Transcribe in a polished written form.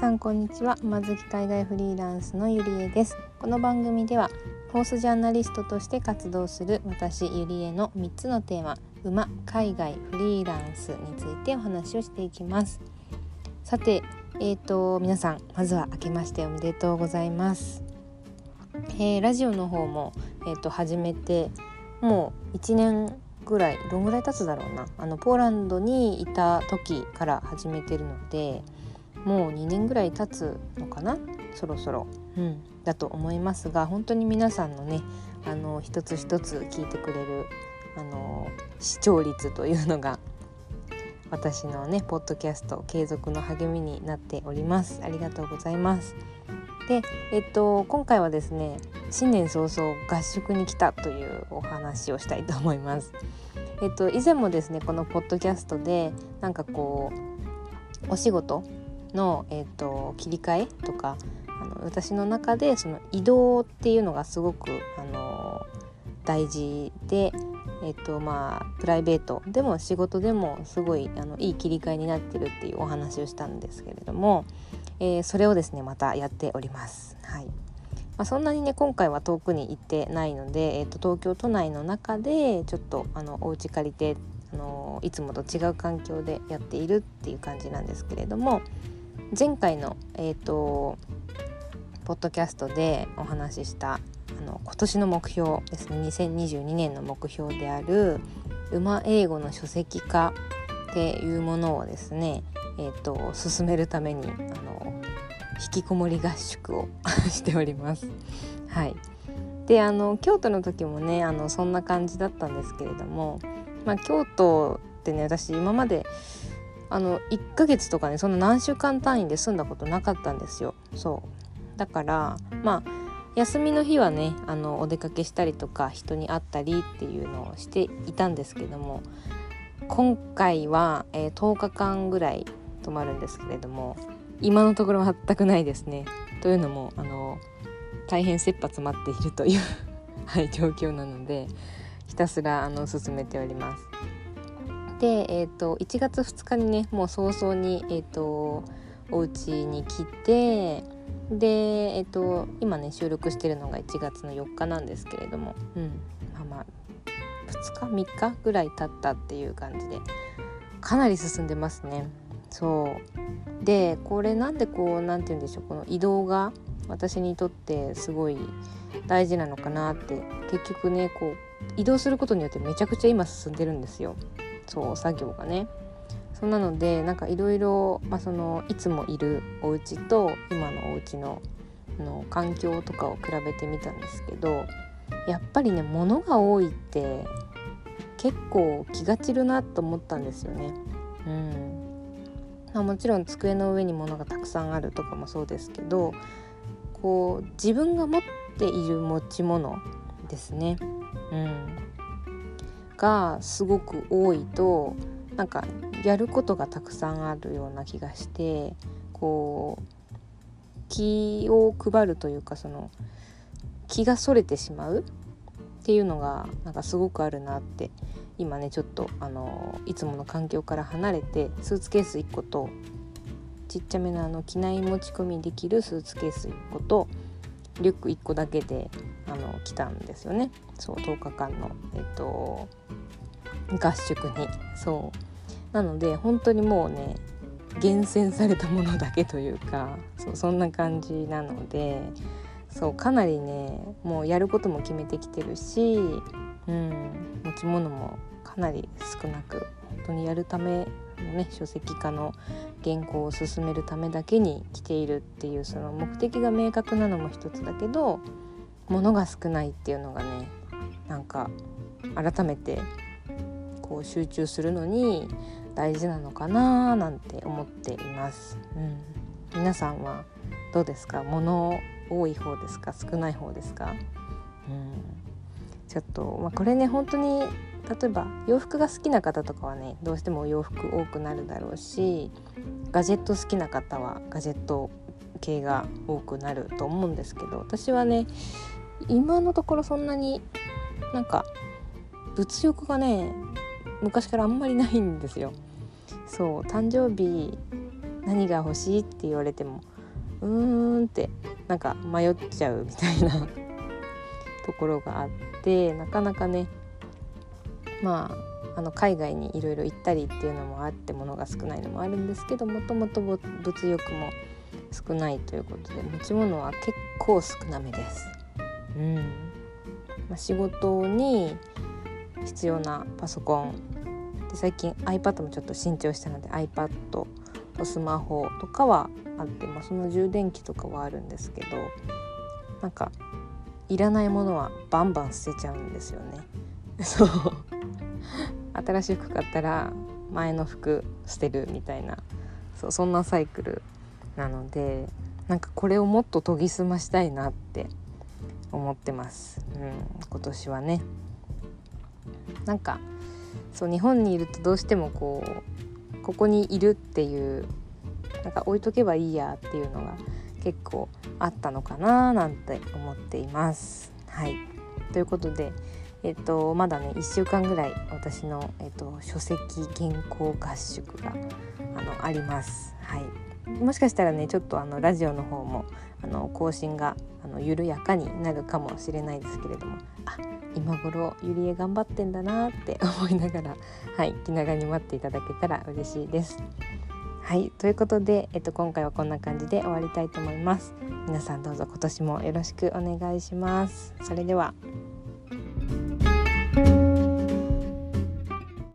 さんこんにちは。馬好き海外フリーランスのゆりえです。この番組ではホースジャーナリストとして活動する私ゆりえの3つのテーマ、馬、海外、フリーランスについてお話をしていきます。さて、皆さんまずは明けましておめでとうございます。ラジオの方も、始めてもう1年ぐらい、どんぐらい経つだろうな。ポーランドにいた時から始めてるので、もう2年ぐらい経つのかな、そろそろ、だと思いますが、本当に皆さんのね、一つ一つ聞いてくれる視聴率というのが私のねポッドキャスト継続の励みになっております。ありがとうございます。で、今回はですね、新年早々合宿に来たというお話をしたいと思います。以前もですね、このポッドキャストでなんかこうお仕事の、切り替えとか、私の中でその移動っていうのがすごく大事で、プライベートでも仕事でもすごいいい切り替えになってるっていうお話をしたんですけれども、それをですねまたやっております。そんなにね今回は遠くに行ってないので、東京都内の中でちょっとお家借りていつもと違う環境でやっているっていう感じなんですけれども、前回のポッドキャストでお話しした今年の目標ですね、2022年の目標である馬英語の書籍化っていうものをですね、進めるために引きこもり合宿をしております。で京都の時もねそんな感じだったんですけれども、京都ってね、私今まで1ヶ月とかね、そんな何週間単位で住んだことなかったんですよ。そうだから休みの日はねお出かけしたりとか人に会ったりっていうのをしていたんですけども、今回は、10日間ぐらい泊まるんですけれども、今のところ全くないですね。というのも大変切羽詰まっているという状況なので、ひたすら進めております。で、1月2日にねもう早々に、お家に来て、で、今ね収録してるのが1月の4日なんですけれども、2日3日ぐらい経ったっていう感じでかなり進んでますね。そうで、これなんでなんて言うんでしょう、この移動が私にとってすごい大事なのかなって、結局ね移動することによってめちゃくちゃ今進んでるんですよ。そう作業がね。そんなのでなんかいろいろいつもいるお家と今のお家の環境とかを比べてみたんですけど、やっぱりね物が多いって結構気が散るなと思ったんですよね。もちろん机の上に物がたくさんあるとかもそうですけど、自分が持っている持ち物ですね、がすごく多いとなんかやることがたくさんあるような気がして、気を配るというか、その気がそれてしまうっていうのがなんかすごくあるなって、今ねちょっといつもの環境から離れてスーツケース1個とちっちゃめの機内持ち込みできるスーツケース1個とリュック1個だけで来たんですよね。そう10日間の、合宿に。そうなので本当にもうね厳選されたものだけというか、そんな感じなので、かなりねもうやることも決めてきてるし、持ち物もかなり少なく、本当にやるためのね書籍化の原稿を進めるためだけに来ているっていう、その目的が明確なのも一つだけど、物が少ないっていうのがねなんか改めて集中するのに大事なのかななんて思っています。皆さんはどうですか？物多い方ですか？少ない方ですか？ちょっと、これね本当に例えば洋服が好きな方とかはねどうしても洋服多くなるだろうし、ガジェット好きな方はガジェット系が多くなると思うんですけど、私はね今のところそんなになんか物欲がね昔からあんまりないんですよ。誕生日何が欲しいって言われてもってなんか迷っちゃうみたいなところがあって、なかなかね海外にいろいろ行ったりっていうのもあって物が少ないのもあるんですけど、もともと物欲も少ないということで持ち物は結構少なめです。仕事に必要なパソコンで、最近 iPad もちょっと新調したので iPad とスマホとかはあって、その充電器とかはあるんですけど、なんかいらないものはバンバン捨てちゃうんですよね。そう新しい服買ったら前の服捨てるみたいな、そんなサイクルなので、なんかこれをもっと研ぎ澄ましたいなって思ってます。今年はね、なんか日本にいるとどうしてもここにいるっていう、なんか置いとけばいいやっていうのが結構あったのかななんて思っています。はい、ということでまだね1週間ぐらい私の、書籍原稿合宿があります。はい、もしかしたらねちょっとラジオの方も更新が緩やかになるかもしれないですけれども、今頃ゆりえ頑張ってんだなって思いながら、気長に待っていただけたら嬉しいです。はい、ということで、今回はこんな感じで終わりたいと思います。皆さんどうぞ今年もよろしくお願いします。それでは。